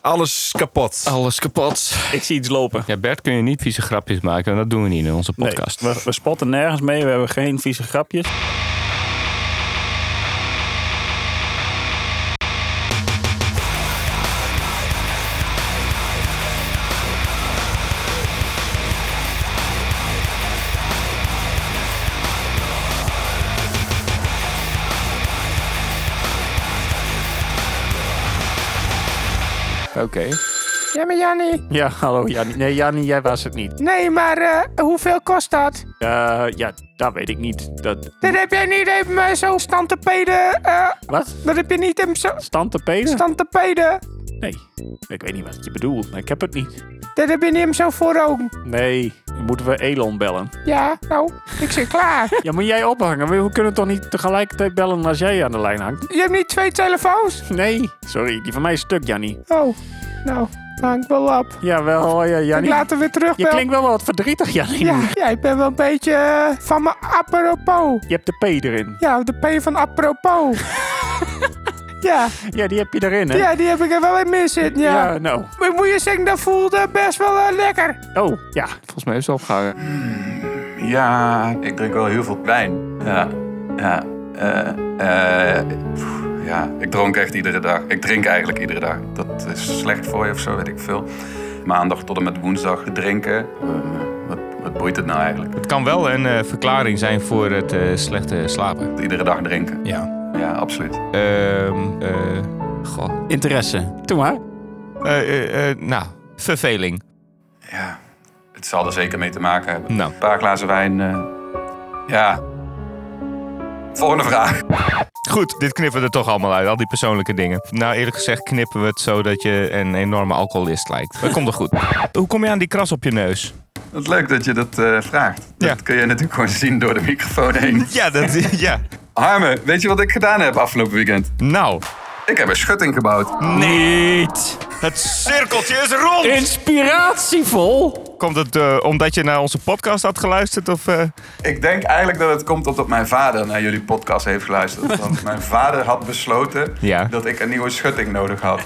Alles kapot. Alles kapot. Ik zie iets lopen. Ja, Bert, kun je niet vieze grapjes maken. En dat doen we niet in onze podcast. Nee, we spotten nergens mee. We hebben geen vieze grapjes. Oké. Ja, maar Jannie. Ja, hallo Jannie. Nee, Jannie, jij was het niet. Nee, maar hoeveel kost dat? Ja, dat weet ik niet. Dat heb jij niet even zo stand te peden. Wat? Dat heb je niet even zo Stand te peden? stand te peden. Nee, ik weet niet wat je bedoelt, maar ik heb het niet. Dat heb je niet hem zo voor ogen. Nee, dan moeten we Elon bellen. Ja, nou, ik zit klaar. Ja, moet jij ophangen? We kunnen toch niet tegelijkertijd bellen als jij aan de lijn hangt? Je hebt niet 2 telefoons? Nee, sorry, die van mij is stuk, Jannie. Oh, nou, hang wel op. Jawel, ja, Ik Jannie. laat hem weer Je terugbellen. klinkt wel wat verdrietig, Jannie. Ja, ik ben wel een beetje van mijn apropos. Je hebt de P erin. Ja, de P van apropos. Ja, Ja, die heb je erin, hè? ja, die heb ik er wel in mis zitten, ja. Ja, nou. Maar moet je zeggen, dat voelde best wel lekker. Oh, ja. Volgens mij is het opgehangen. Ja, ik drink wel heel veel wijn. Ja, ik dronk echt iedere dag. Ik drink eigenlijk iedere dag. Dat is slecht voor je of zo, weet ik veel. Maandag tot en met woensdag drinken. Wat boeit het nou eigenlijk? Het kan wel een verklaring zijn voor het slechte slapen. Iedere dag drinken. Ja. Ja, absoluut. Goh. Interesse. Doe maar. Nou, verveling. Ja, het zal er zeker mee te maken hebben. Nou. Een paar glazen wijn. Ja. Volgende vraag. Goed, dit knippen we er toch allemaal uit. Al die persoonlijke dingen. Nou, eerlijk gezegd knippen we het zo dat je een enorme alcoholist lijkt. Dat komt er goed. Hoe kom je aan die kras op je neus? Wat leuk dat je dat vraagt. Dat Ja. kun je natuurlijk gewoon zien door de microfoon heen. Ja. Harme, weet je wat ik gedaan heb afgelopen weekend? Nou, Ik heb een schutting gebouwd. Niet. het cirkeltje is rond! Inspiratievol. Komt het omdat je naar onze podcast had geluisterd? Of, Ik denk eigenlijk dat het komt omdat mijn vader naar jullie podcast heeft geluisterd. Want mijn vader had besloten Ja. dat ik een nieuwe schutting nodig had.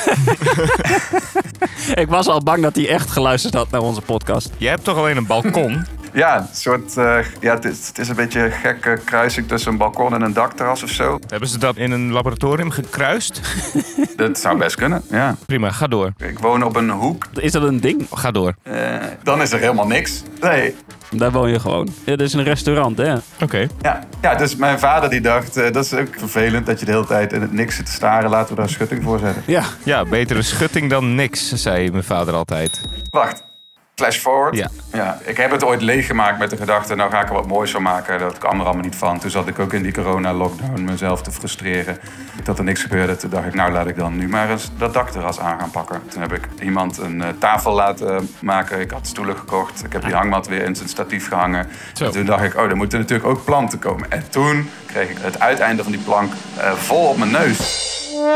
Ik was al bang dat hij echt geluisterd had naar onze podcast. Je hebt toch alleen een balkon? Ja, een soort, het is een beetje een gekke kruising tussen een balkon en een dakterras of zo. Hebben ze dat in een laboratorium gekruist? Dat zou best kunnen, ja. Prima, ga door. Ik woon op een hoek, Is dat een ding? Ga door. dan is er helemaal niks. Nee. Daar woon je gewoon. Ja, dit is een restaurant, hè? Oké. Ja, dus mijn vader die dacht, dat is ook vervelend dat je de hele tijd in het niks zit te staren. Laten we daar een schutting voor zetten. Ja. Ja, betere schutting dan niks, zei mijn vader altijd. Wacht, flash forward. Ja. Ik heb het ooit leeggemaakt met de gedachte, nou ga ik er wat moois van maken. Dat kwam er allemaal niet van. Toen zat ik ook in die corona-lockdown mezelf te frustreren. Dat er niks gebeurde. Toen dacht ik, nou laat ik dan nu maar eens dat dakterras aan gaan pakken. Toen heb ik iemand een tafel laten maken. Ik had stoelen gekocht. Ik heb die hangmat weer in zijn statief gehangen. Zo. En toen dacht ik, er moeten natuurlijk ook planten komen. En toen kreeg ik het uiteinde van die plank vol op mijn neus.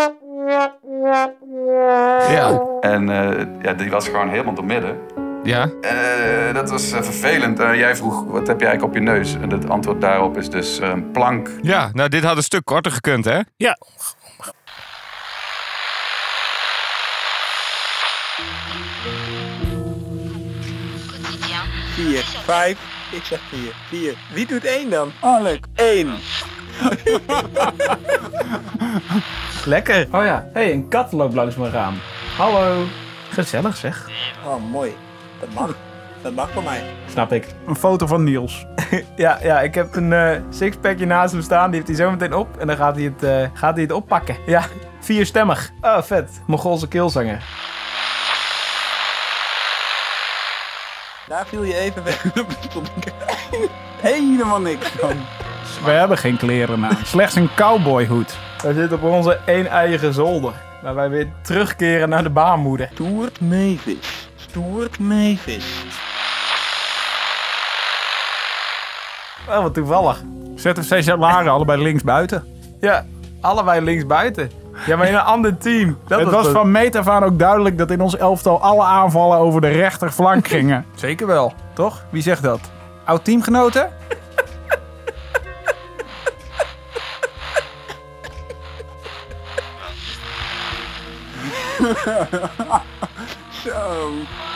Ja. En die was gewoon helemaal doormidden. Ja? Dat was vervelend. Jij vroeg, wat heb je eigenlijk op je neus? En het antwoord daarop is dus een plank. Ja, nou dit had een stuk korter gekund, hè? Ja. Vier, 5. Ik zeg 4. 4. Wie doet 1 dan? Oh, leuk. 1. Lekker. Oh ja, hey, een kat loopt langs mijn raam. Hallo. Gezellig zeg. Oh, mooi. Dat mag. Dat mag voor mij. Snap ik. Een foto van Niels. Ja, ik heb een sixpackje naast hem staan. Die heeft hij zo meteen op. En dan gaat hij het oppakken. Ja, 4stemmig. Oh, vet. Mongoolse keelzanger. Daar viel je even weg. Helemaal niks van. We hebben geen kleren aan. Slechts een cowboyhoed. We zitten op onze eigen zolder. Waar wij weer terugkeren naar de baarmoeder. Stoert meevis. Stoert meevis. Oh, wat toevallig. ZFC Laren, allebei linksbuiten. Ja, allebei linksbuiten. Ja, maar in een ander team. Het was van meet af aan ook duidelijk dat in ons elftal alle aanvallen over de rechterflank gingen. Zeker wel, toch? Wie zegt dat? Oud teamgenoten? Zo.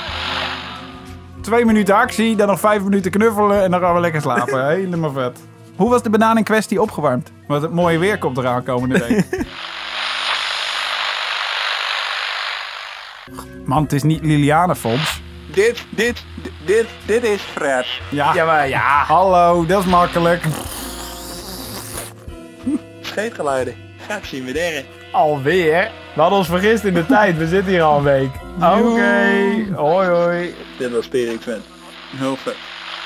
2 minuten actie, dan nog 5 minuten knuffelen en dan gaan we lekker slapen. Helemaal vet. Hoe was de banaan in kwestie opgewarmd? Want het mooie weer komt eraan komende week. Man, het is niet Lilianenfonds. Dit is Fred. Ja, maar ja. Hallo, dat is makkelijk. Scheetgeluiden. Gaat zien we der. Alweer? We hadden ons vergist in de tijd. We zitten hier al een week. Oké. Hoi hoi. Dit was Perik Fan. Heel vet.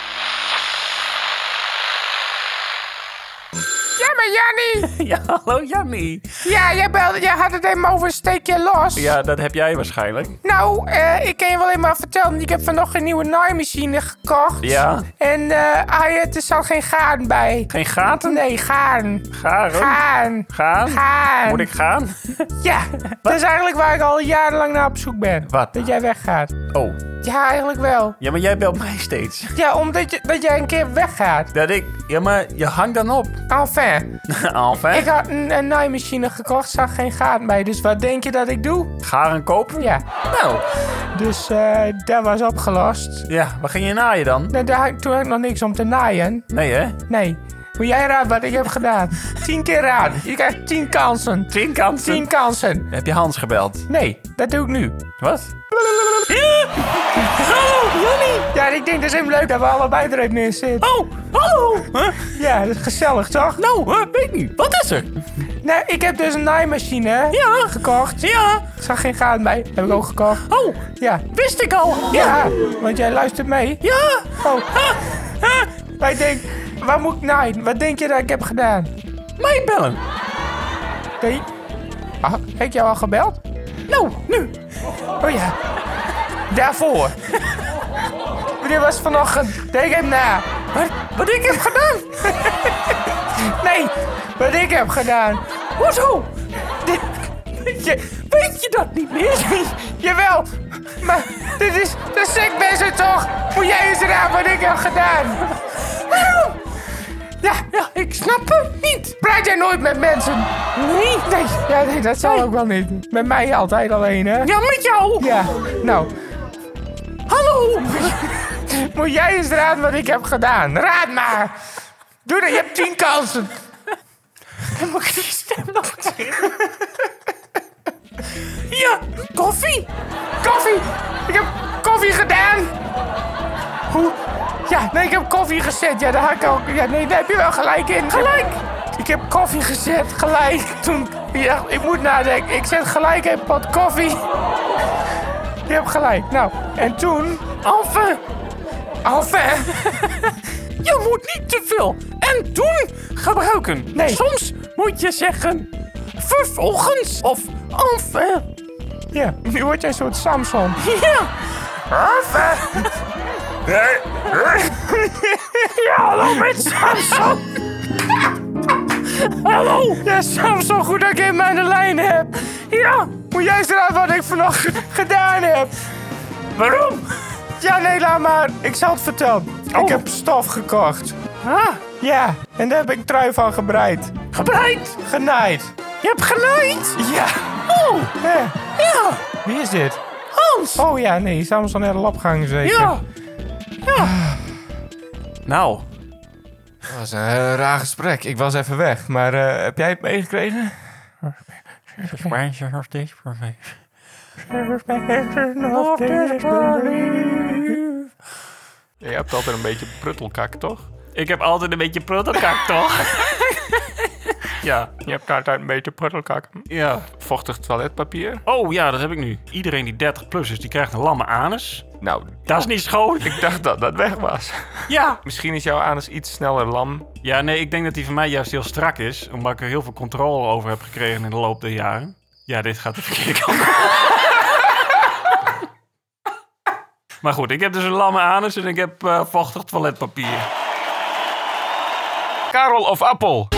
Ja, maar Jannie. Ja, hallo Jannie. Ja, jij had het even over een steekje los. Ja, dat heb jij waarschijnlijk. Nou, ik kan je wel even vertellen. Ik heb vanochtend een nieuwe naaimachine gekocht. Ja. En er zat geen gaten bij. Geen gaten? Nee, gaan. Garen? Gaan. Gaan? Moet ik gaan? Ja, dat is eigenlijk waar ik al jarenlang naar op zoek ben. Wat? Dat jij weggaat. Oh. Ja, eigenlijk wel. Ja, maar jij belt mij steeds. Ja, omdat dat jij een keer weggaat. Dat ik... Ja, maar je hangt dan op. Enfin. Enfin? Ik had een naaimachine gekocht, zag geen gaten bij. Dus wat denk je dat ik doe? Garen kopen? Ja. Nou. Dus dat was opgelost. Ja, waar ging je naaien dan? Nou, toen had ik nog niks om te naaien. Nee, hè? Nee. Moet jij raden wat ik heb gedaan? 10 keer raden. Je krijgt 10 kansen. 10 kansen? 10 kansen. Heb je Hans gebeld? Nee, dat doe ik nu. Wat? Hallo, Jannie! Ja, ik denk dat is hem leuk dat we allebei er even in zitten. Oh, hallo! Huh? Ja, dat is gezellig, toch? Nou, weet niet. Wat is er? Nee, ik heb dus een naaimachine gekocht. Ja. Er zag geen gaten bij. Heb ik ook gekocht. Oh, Ja. wist ik al. Ja, want jij luistert mee. Ja. Oh. Maar ik denk, waar moet ik naaien? Wat denk je dat ik heb gedaan? Mij bellen. Nee. Ah, heb ik jou al gebeld? Nou, nu. Oh ja. Daarvoor. Dit was vanochtend. Denk hem na. Wat ik heb gedaan? Nee, wat ik heb gedaan. Hoezo? Weet je dat niet meer? Jawel. Maar dat zeg ik best toch. Moet jij eens raden wat ik heb gedaan? Waarom? Ja, ik snap het niet. Praat jij nooit met mensen? Nee, dat zal ook wel niet. Met mij altijd alleen, hè? Ja, met jou. Ja, nou. Hallo. Moet jij eens raden wat ik heb gedaan? Raad maar. Doe dat, je hebt 10 kansen. Dan moet ik die stem nog zeggen. Ja, koffie. Koffie. Ik heb koffie gedaan. Hoe? Ja, nee, ik heb koffie gezet. Ja, daar had ik ook. Ja, nee, daar heb je wel gelijk in. Gelijk. Ik heb koffie gezet, gelijk. Toen, ja, ik moet nadenken. Ik zet gelijk een pot koffie. Je hebt gelijk. Nou, en toen... Enfin. Je moet niet te veel en toen gebruiken. Nee. Soms moet je zeggen vervolgens of enfin. Ja, nu word jij een soort Samson. Ja. Enfin. Ja, hallo met Samson. Hallo. Ja, Samson, goed dat ik hem aan de lijn heb. Ja. Moet jij eens raden wat ik vanochtend gedaan heb? Waarom? Ja, nee, laat maar. Ik zal het vertellen. Oh. Ik heb stof gekocht. Ah, Ja, en daar heb ik trui van gebreid. gebreid. Genaaid. Je hebt genaaid. Ja. Oh, Ja. ja. Wie is dit? Hans. Oh ja, nee, Samson naar de opgang zeker. Ja. Ja. Nou. Dat was een raar gesprek. Ik was even weg. Maar heb jij het meegekregen? Je hebt altijd een beetje pruttelkak, toch? Ik heb altijd een beetje pruttelkak, toch? Ja. Je hebt altijd een beetje pruttelkak. Ja. Vochtig toiletpapier. Oh ja, dat heb ik nu. Iedereen die 30 plus is, die krijgt een lamme anus. Nou, Dat is niet schoon. ik dacht dat dat weg was. Ja. Misschien is jouw anus iets sneller lam. Ja, nee, ik denk dat die van mij juist heel strak is. Omdat ik er heel veel controle over heb gekregen in de loop der jaren. Ja, dit gaat de verkeerde kant op. Maar goed, ik heb dus een lamme anus en ik heb vochtig toiletpapier. Karel of appel?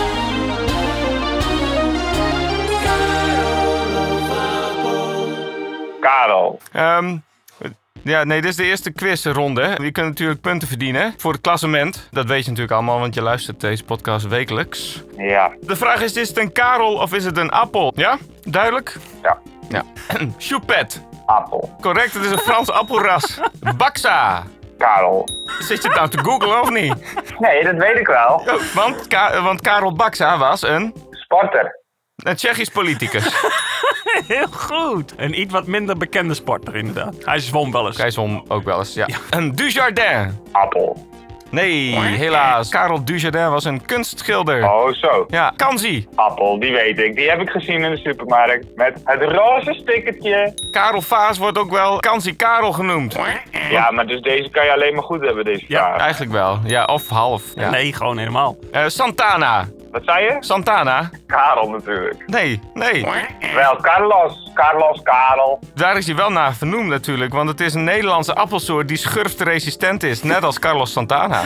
Karel. Ja, nee, dit is de eerste quizronde. Je kunt natuurlijk punten verdienen voor het klassement. Dat weet je natuurlijk allemaal, want je luistert deze podcast wekelijks. Ja. De vraag is het een Karel of is het een appel? Ja? Duidelijk? Ja. Ja. Choupette. Appel. Correct, het is een Frans appelras. Baxa. Karel. Zit je het nou te googlen of niet? Nee, dat weet ik wel. Oh, want Karel Baxa was een Sporter. Tsjechisch politicus. Heel goed. Een iets wat minder bekende sporter, inderdaad. Hij zwom wel eens. Hij zwom ook wel eens, ja. Een Dujardin. Appel. Nee, helaas. Karel Dujardin was een kunstschilder. Oh, zo. Ja, Kanzi. Appel, die weet ik. Die heb ik gezien in de supermarkt. Met het roze stickertje. Karel Vaas wordt ook wel Kanzi Karel genoemd. Ja, maar dus deze kan je alleen maar goed hebben, deze Ja, vraag. Eigenlijk wel. Ja, of half. Ja. Nee, gewoon helemaal. Santana. Wat zei je? Santana? Karel natuurlijk. Nee. Wel, Carlos. Karel. Daar is hij wel naar vernoemd natuurlijk, want het is een Nederlandse appelsoort die schurftresistent is, net als Carlos Santana.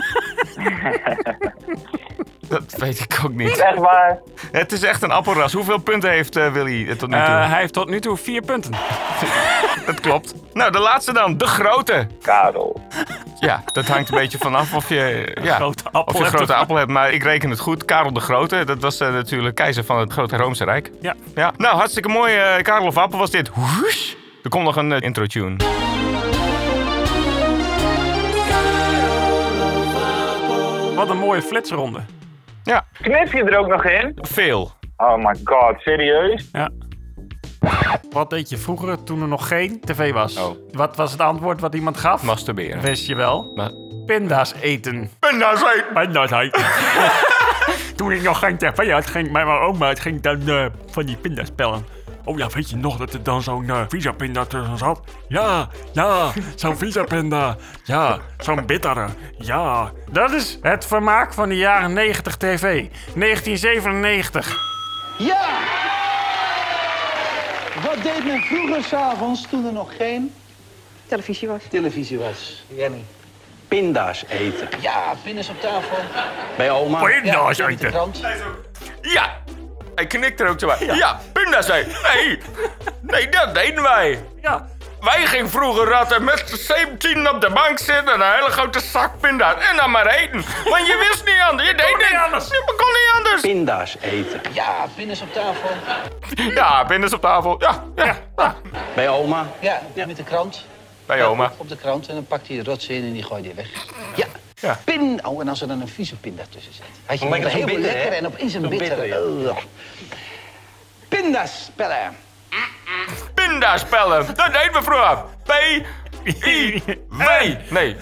Dat weet ik ook niet. Echt waar? Het is echt een appelras. Hoeveel punten heeft Willy tot nu toe? Hij heeft tot nu toe 4 punten. Dat klopt. Nou, de laatste dan. De grote. Karel. Ja, dat hangt een beetje vanaf of je, grote appel of je een hebt grote of- appel hebt. Maar ik reken het goed. Karel de Grote, dat was natuurlijk keizer van het Grote Roomse Rijk. Ja. Nou, hartstikke mooi. Karel of Appel was dit. Woesh. Er komt nog een intro-tune. Wat een mooie flitsronde. Ja, Knip je er ook nog in? veel. Oh my god, serieus? Ja. Wat deed je vroeger toen er nog geen tv was? Oh. Wat was het antwoord wat iemand gaf? Masturberen. Wist je wel? Maar... Pinda's eten. Pinda's eten. Pinda's eten. Toen ik nog geen tv had, ging mijn oma dan van die pinda's pellen. Oh ja, weet je nog dat er dan zo'n visa-pinda tussen zat? Ja, zo'n visa-pinda. Ja, zo'n bittere. Ja. Dat is het vermaak van de jaren 90 tv. 1997. Ja! Wat deed men vroeger s'avonds toen er nog geen televisie was? Jenny. Pinda's eten. Ja, pinda's op tafel. Bij oma. Pinda's met de eten. krant. Ja. Hij knikt er ook zo bij. Ja, pinda's eten. Nee, dat deden wij. Ja. Wij gingen vroeger ratten met z'n 17 op de bank zitten en een hele grote zak pinda's. En dan maar eten. Want je wist niet anders. Je deed niet anders. Je kon niet anders. Pinda's eten. Ja, pinda's op tafel. Ja, pinda's op tafel. Ja. Bij oma. Ja, met de krant. Bij oma. Op de krant en dan pakt hij de rots in en die gooit hij weg. Ja. Ja. Oh, en als er dan een vieze pinda tussen zit. Had je Lekker heel bitter, lekker hè? en opeens een Zo bitter. bitter, Pinda's spellen. Pindaspellen. Dat deden we vroeger. P-I-W. Nee.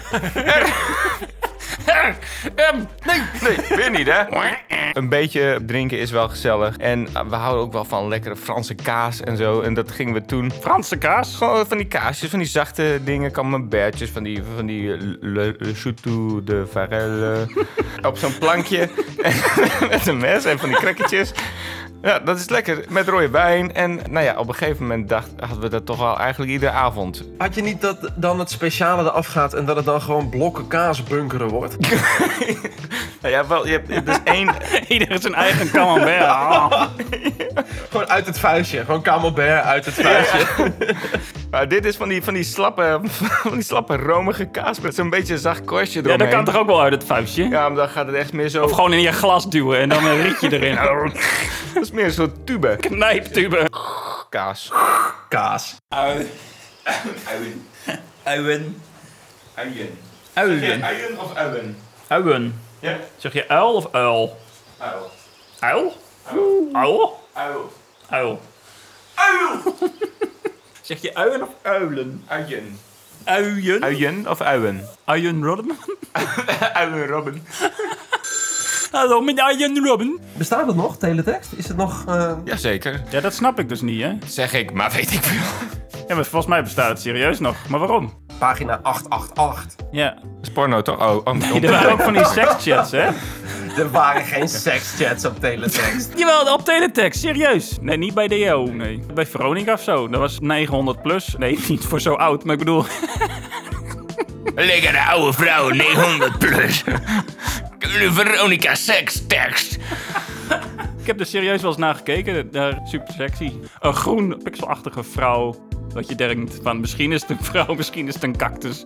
Nee, weer niet, hè? Een beetje drinken is wel gezellig. En we houden ook wel van lekkere Franse kaas en zo. En dat gingen we toen. Franse kaas. Gewoon van die kaasjes, van die zachte dingen, camembertjes, van die le choutou de Varelle. Op zo'n plankje. Met een mes en van die crackertjes. Ja, dat is lekker. Met rode wijn. En nou ja, op een gegeven moment hadden we dat toch wel eigenlijk iedere avond. Had je niet dat dan het speciale eraf gaat en dat het dan gewoon blokken kaas bunkeren wordt? Nou ja, wel, je hebt dus één... Ieder zijn eigen camembert. Gewoon uit het vuistje. Gewoon camembert uit het vuistje. Maar dit is van die slappe romige kaas met zo'n beetje zacht korstje Ja, eromheen. dat kan toch ook wel uit het vuistje? Ja, maar dan gaat het echt meer zo... Of gewoon in je glas duwen en dan een rietje erin. Dat is meer een soort tube. Knijptube. Kaas. Kaas. Uien. Uien. Uien of uien? Uien. Ja. Zeg je uil of uil? Uil. Uil? Uil? Uil. Uil. Uil. Zeg je uien of uilen? Uien. Uien? Uien of uien? Uien Robben? Uien Robben. Hallo, met Uien Robben. Bestaat het nog, teletext? Is het nog... Jazeker. Ja, dat snap ik dus niet, hè? Zeg ik, maar weet ik veel. Ja, maar volgens mij bestaat het serieus nog. Maar waarom? Pagina 888. Ja. Dat is porno toch? Oh, Er waren ook van die sekschats, hè? Er waren geen sekschats op teletext. Jawel, op teletext, serieus. Nee, niet bij DO, nee. Bij Veronica of zo. Dat was 900 plus. Nee, niet voor zo oud, maar ik bedoel... Lekkere oude vrouw, 900 plus. Veronica sekstekst. Ik heb er serieus wel eens naar gekeken. Daar super sexy. Een groen, pixelachtige vrouw. Dat je denkt van misschien is het een vrouw, misschien is het een cactus.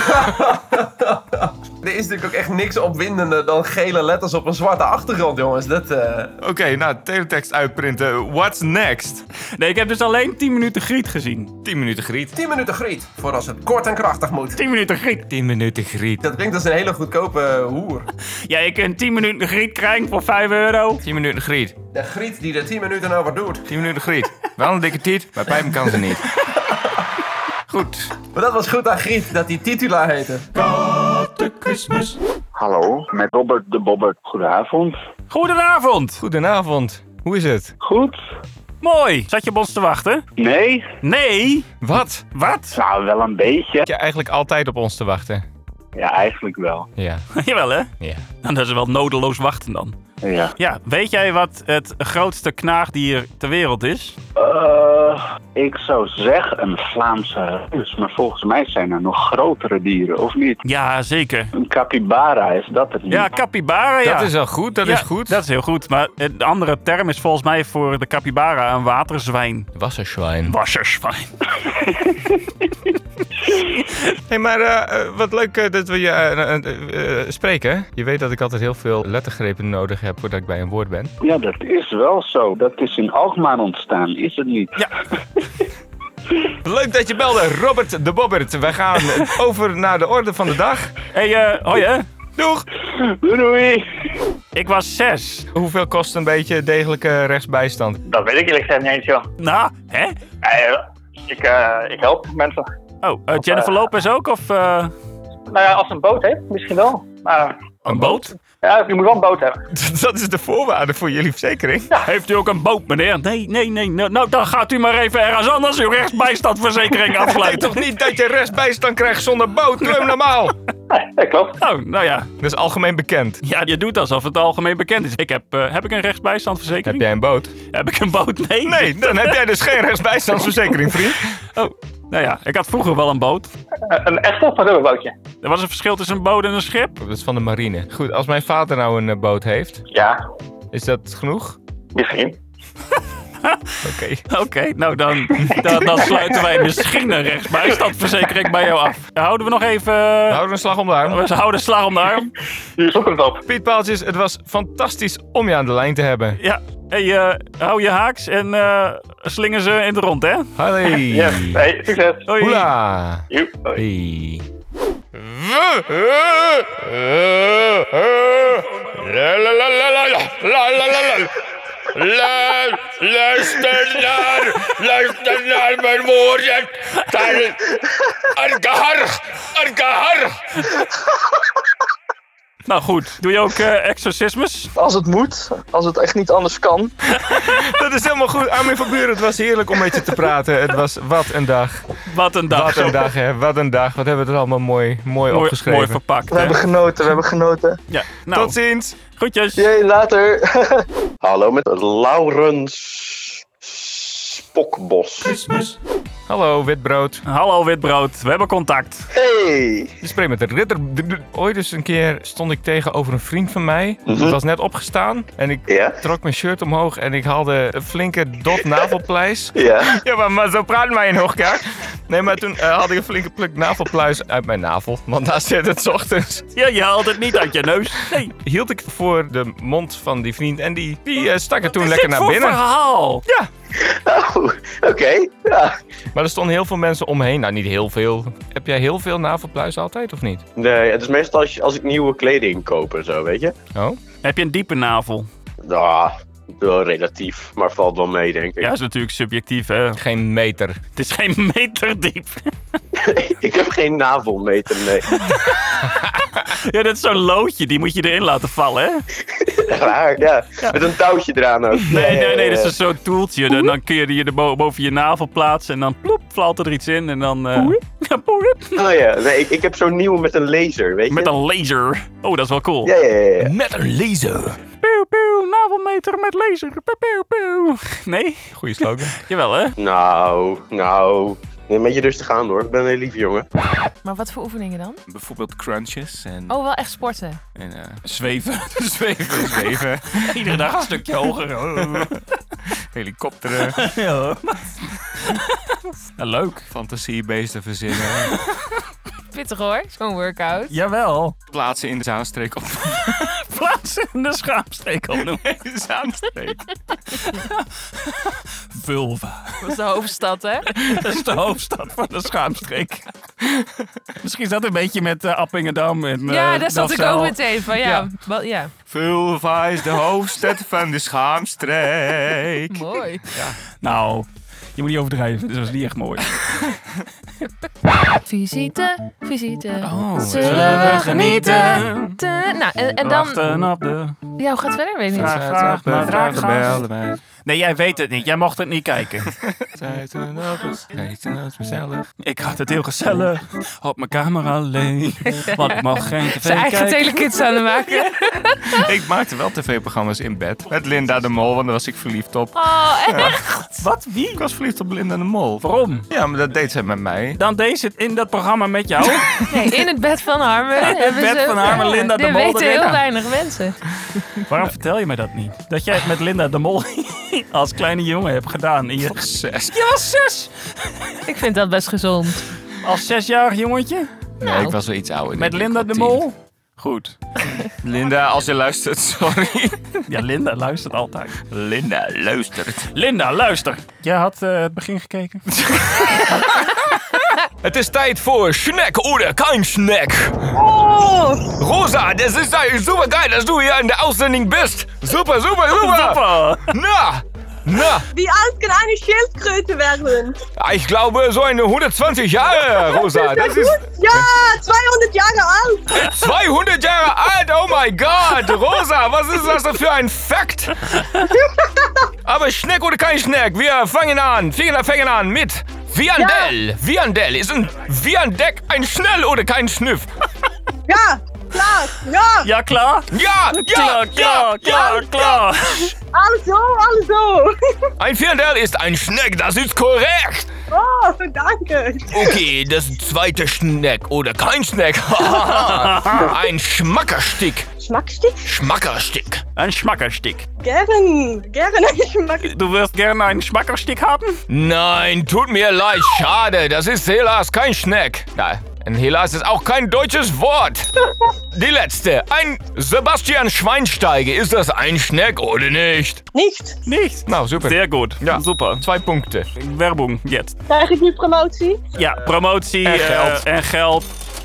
Er is natuurlijk ook echt niks opwindender dan gele letters op een zwarte achtergrond, jongens. Oké, nou, teletext uitprinten. What's next? Nee, ik heb dus alleen 10 minuten Griet gezien. 10 minuten Griet. 10 minuten Griet, voor als het kort en krachtig moet. 10 minuten Griet. 10 minuten Griet. Dat klinkt als een hele goedkope hoer. Ja, je kunt 10 minuten Griet krijgen voor €5. 10 minuten Griet. De Griet die er 10 minuten over doet. 10 minuten Griet. Wel een dikke tiet, maar pijpen kan ze niet. Goed. Maar dat was goed aan Griet, dat die titulaar heette. Hallo, met Robert de Bobbert. Goedenavond. Goedenavond. Goedenavond. Hoe is het? Goed? Mooi. Zat je op ons te wachten? Nee? Nee? Wat? Wat? Nou, wel een beetje. Zit je eigenlijk altijd op ons te wachten? Ja, eigenlijk wel. Ja. Jawel, hè? Ja. Nou, dat is wel nodeloos wachten dan. Ja. Ja, weet jij wat het grootste knaagdier ter wereld is? Ik zou zeggen een Vlaamse reus, maar volgens mij zijn er nog grotere dieren, of niet? Ja, zeker. Een capybara, is dat het niet? Ja, capybara, ja. Dat is al goed, dat is goed. Dat is heel goed, maar de andere term is volgens mij voor de capybara een waterzwijn. Wasserzwijn. Wasserzwijn. Hé, maar wat leuk dat we je spreken, hè? Je weet dat ik altijd heel veel lettergrepen nodig heb voordat ik bij een woord ben. Ja, dat is wel zo. Dat is in Alkmaar ontstaan, is het niet? Ja. Leuk dat je belde, Robert de Bobbert. Wij gaan over naar de orde van de dag. Hey, hoi hè? Doeg! Doei! Ik was 6. Hoeveel kost een beetje degelijke rechtsbijstand? Dat weet ik eerlijk gezegd niet eens, joh. Nou, hè? Ik help mensen. Oh, Jennifer Lopez ook, of... Nou ja, als een boot heeft, misschien wel. Maar Een boot? ja, je moet wel een boot hebben. Dat is de voorwaarde voor jullie verzekering. Ja. Heeft u ook een boot, meneer? Nee. Nou, dan gaat u maar even ergens anders uw rechtsbijstandverzekering Het afsluiten. toch niet dat je rechtsbijstand krijgt zonder boot? Doe hem normaal. Nee, klopt. Oh, nou ja. Dat is algemeen bekend. Ja, je doet alsof het algemeen bekend is. Ik heb ik een rechtsbijstandverzekering? Heb jij een boot? Heb ik een boot? Nee. Nee, dan heb jij dus geen rechtsbijstandsverzekering, vriend. Oh, nou ja. Ik had vroeger wel een boot. Een echte of een rubberbootje? Er was een verschil tussen een boot en een schip. Dat is van de marine. Goed, als mijn vader nou een boot heeft, Ja, is dat genoeg? misschien. Oké, nou dan sluiten wij misschien een rechtsbijstandverzekering bij jou af. Houden we nog even... We houden een slag om de arm. We houden een slag om de arm. Hier zoeken het op. Piet Paaltjes, het was fantastisch om je aan de lijn te hebben. Ja, hey, hou je haaks en slingen ze in de rond, hè? Hallo. Yes, hey, succes. Hoi. Hoela. Joep, hoi. Hey. Luister naar mijn woorden. Een gehar. Nou goed, doe je ook exorcismes? Als het moet, als het echt niet anders kan. Dat is helemaal goed. Armin van Buren, het was heerlijk om met je te praten. Het was wat een dag. Wat een dag. Wat een dag, hè. Wat een dag. Wat hebben we er allemaal mooi opgeschreven. Mooi verpakt, We hebben genoten. Ja, nou. Tot ziens. Groetjes. Jee, later. Hallo, met Laurens Spokbos. Hallo, witbrood. Hallo, witbrood. We hebben contact. Hey. Je spreekt met de ridder. Ooit eens een keer stond ik tegenover een vriend van mij. Ik was net opgestaan en ik trok mijn shirt omhoog en ik haalde een flinke dot navelpluis. Ja. Ja, maar zo praten wij in Hoogkerk. Nee, maar toen haalde ik een flinke pluk navelpluis uit mijn navel. Want daar zit het 's ochtends. Ja, je haalt het niet uit je neus. Nee. Hield ik voor de mond van die vriend en die stak er toen lekker naar binnen. Wat is dit voor verhaal? Ja. Oh, oké. Ja. Maar er stonden heel veel mensen omheen. Nou, niet heel veel. Heb jij heel veel navelpluis altijd of niet? Nee, het is meestal als ik nieuwe kleding koop en zo, weet je. Oh? Heb je een diepe navel? Nou, wel relatief, maar valt wel mee, denk ik. Ja, is natuurlijk subjectief, hè. Geen meter. Het is geen meter diep. Ik heb geen navelmeter, nee. Ja, dat is zo'n loodje. Die moet je erin laten vallen, hè? Raar, ja. Met een touwtje eraan ook. Nee, dat is zo'n toeltje. Dan kun je die er boven je navel plaatsen en dan ploep, valt er iets in en dan... Ja, poep. Oh ja, nee, ik heb zo'n nieuwe met een laser, weet je. Met een laser. Oh, dat is wel cool. Ja. Met een laser. Pew, pew, navelmeter met laser. Pew, pew, pew. Nee? Goeie slogan. Jawel, hè? Nou. Een beetje rustig aan hoor. Ik ben een heel lieve jongen. Maar wat voor oefeningen dan? Bijvoorbeeld crunches en... Oh, wel echt sporten. En zweven. zweven. Iedere dag een stukje hoger. Helikopteren. Ja. Ja, leuk. Fantasiebeesten verzinnen. Pittig hoor, zo'n workout. Jawel. Plaatsen in de Zaanstreek op. Plaatsen in de schaamstreek opnoemen. De Zaanstreek. Vulva. Dat is de hoofdstad, hè? Dat is de hoofdstad van de schaamstreek. Misschien zat een beetje met Appingedam. En, Ja, daar zat ik Delfzijl. ook meteen van. Ja. Vulva is de hoofdstad van de Schaamstreek. Mooi. Ja. Nou, je moet niet overdrijven. Dat was niet echt mooi. Visite. Oh, zullen we genieten? Nou, en dan... Wachten op de... Ja, hoe gaat het verder? Weet ik niet. Vraag maar, vraag vraag mij. Nee, jij weet het niet. Jij mocht het niet kijken. Gezellig. Ik had het heel gezellig op mijn kamer alleen. Want ik mag geen tv Zijn eigen kijken. telekids aan het maken. Ik maakte wel tv-programma's in bed. Met Linda de Mol, want daar was ik verliefd op. Oh, echt? Wat? Wie? Ik was verliefd op Linda de Mol. Waarom? Ja, maar dat deed zij met mij. Dan deed ze het in dat programma met jou. Nee, in het bed van Harmen. In het bed van Harmen, Linda de Dit Mol weten erin. heel weinig mensen. Waarom vertel je mij dat niet? Dat jij het met Linda de Mol als kleine jongen hebt gedaan. Je was 6. Je was 6! Ik vind dat best gezond. Als 6-jarig jongetje? Nee, ik was wel iets ouder. Met Linda de Mol? Goed. Linda, als je luistert, sorry. Ja, Linda luistert altijd. Linda luistert. Linda, luister. Jij had het begin gekeken? Het is tijd voor Snack oder kein Snack. Oh! Rosa, das ist super geil, dass du hier in der Aussendung bist. Super. Super. Na. Wie alt kann eine Schildkröte werden? Ich glaube, so eine 120 Jahre, Rosa. Das ist Ja, 200 Jahre alt. 200 Jahre alt, oh mein Gott. Rosa, was ist das für ein Fakt? Aber Snack oder kein Snack, wir fangen an mit Viandel. Viandel, ist ein Viandek ein Schnell oder kein Schnüff? Ja, klar, ja. Ja, klar? Ja, klar. Also. Ein Viandel ist ein Snack, das ist korrekt. Oh, danke. Okay, das zweite Snack oder kein Snack. Ein Schmackerstick. Schmackstick? Ein Schmackerstick. Gerne ein Schmackstick. Du wirst gerne einen Schmackerstick haben? Nein, tut mir leid, schade. Das ist helaas kein Snack. Na, und helaas ist auch kein deutsches Wort. Die letzte. Ein Sebastian Schweinsteiger. Ist das ein Snack oder nicht? Nicht. Nou, super. Sehr gut. Ja, super. 2 Punkten. Werbung, jetzt. Krijg ik nu promotie? Ja, promotie En geld.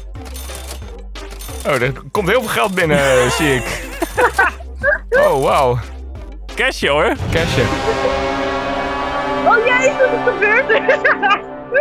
Oh, er komt heel veel geld binnen, zie ik. Oh, wauw. Cashje hoor. Cashje. Oh jezus, wat gebeurt er?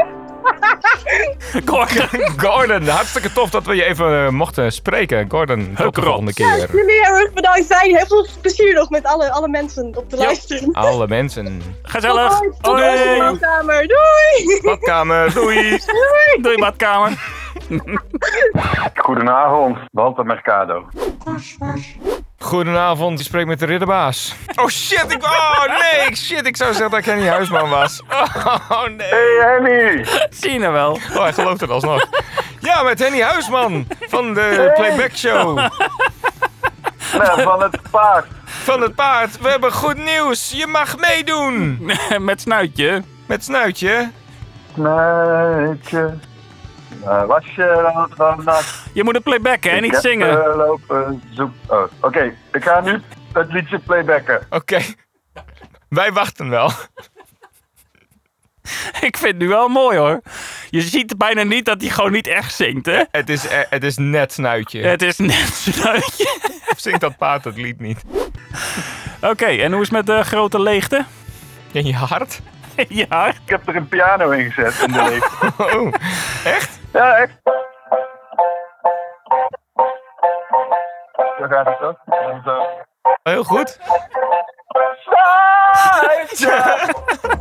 Gordon, hartstikke tof dat we je even mochten spreken. Gordon, tot de volgende Ja, keer. jullie heel erg bedankt zijn. Heel veel plezier nog met alle mensen op de luisteren. Alle mensen. Gezellig. Tot de badkamer. Doei. Badkamer, doei. Doei badkamer. Goedenavond, Walter Mercado. Goedenavond, je spreekt met de ridderbaas. Oh shit, ik zou zeggen dat ik Henny Huisman was. Oh nee. Hey Henny! Zie je nou wel. Oh, hij gelooft het alsnog. Ja, met Henny Huisman van de Playback Show. Nou, van het paard. Van het paard. We hebben goed nieuws. Je mag meedoen. Met snuitje. Met snuitje. Snuitje. Was je dan vannacht? Je moet het playbacken en niet zingen. Ik heb lopen zoeken. Oh, oké. Ik ga nu het liedje playbacken. Oké. Wij wachten wel. Ik vind het nu wel mooi hoor. Je ziet bijna niet dat hij gewoon niet echt zingt, hè? Het is net snuitje. Het is net snuitje. Of zingt dat paard het lied niet? Oké, en hoe is het met de grote leegte? In je hart? Ja. Ik heb er een piano in gezet in de leegte. Oh, echt? Ja, echt. Zo gaat het toch? En zo. Heel goed. Snuitje!